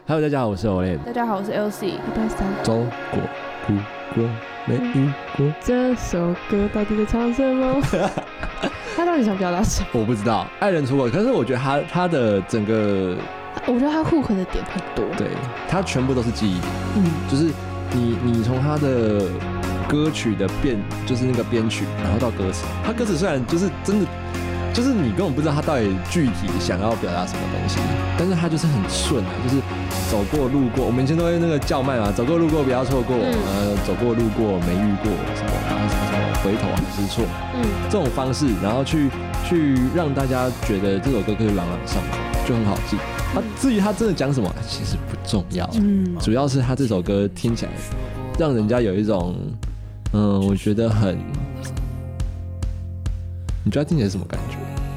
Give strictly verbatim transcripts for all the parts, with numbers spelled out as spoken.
Hello， 大家好，我是 Olen。 大家好，我是 L C。礼拜三， 走过路过没遇过， 这首歌到底在唱什么？他到底想表达什么？ 我不知道。爱人出国，可是我觉得他他的整个， 我觉得他 hook 的点很多， 对，他全部都是记忆点。 嗯， 就是你你从他的歌曲的编，就是那个编曲，然后到歌词，他歌词虽然就是真的。就是你根本不知道他到底具体想要表达什么东西，但是他就是很顺啊，就是走过路过，我们以前都会那个叫卖嘛，走过路过不要错过，嗯、呃，走过路过没遇过什么，然后什么什么回头还是错，嗯，这种方式，然后去去让大家觉得这首歌可以朗朗上口，就很好记。他、啊、至于他真的讲什么，其实不重要，嗯，主要是他这首歌听起来让人家有一种，嗯，我觉得很。你觉得听起来是什么感觉？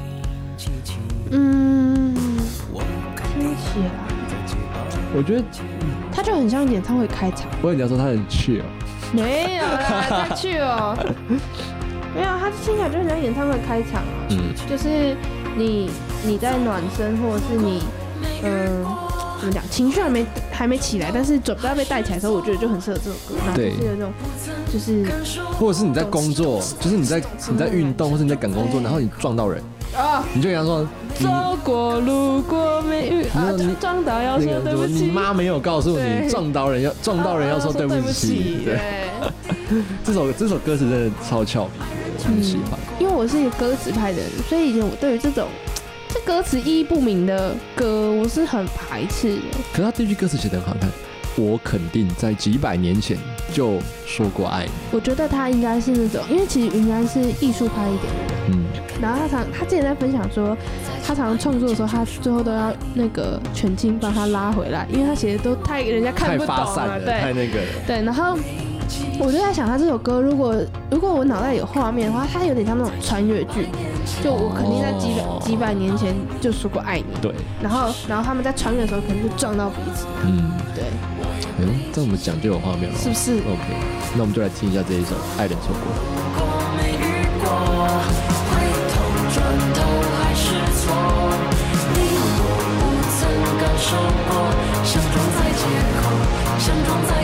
嗯，听起来， 我觉得他就很像演唱会开场。 我跟你要说他很chill， 没有啦，太chill哦。没有，他听起来就很像演唱会开场啊。嗯，就是你你在暖身，或者是你嗯、呃、怎么讲，情绪还没还没起来，但是准备要被带起来的时候，我觉得就很适合这首歌。对，就是有这种，就是或者是你在工作，就是你在你在运动，或是你在赶工作，然后你撞到人。啊！你就跟他说， 走过路过没遇啊，撞到要说对不起。 你妈没有告诉你撞到人要撞到人要说对不起。对，这首这首歌词真的超俏皮，我很喜欢。 因为我是一个歌词派的人，所以以前我对于这种这歌词意义不明的歌，我是很排斥的。 可是他这句歌词写得很好看。我肯定在几百年前就说过爱你。 我觉得他应该是那种，因为其实云安是艺术派一点的人，嗯，然后他常他之前在分享说，他常常创作的时候，他最后都要那个全清帮他拉回来，因为他写的都太人家看不懂了， 太发散了， 对， 太那个了， 对，然后我就在想，他这首歌如果如果我脑袋有画面的话，它有点像那种穿越剧，就我肯定在几百、哦、几百年前就说过爱你， 对， 然后然后他们在穿越的时候可能就撞到彼此，嗯，对。 哎呦，这样我们讲就有画面了， 是不是 ？OK， 那我们就来听一下这一首《爱人错过》。 回头转头还是错，你我不曾感受过，相撞在街口，相撞在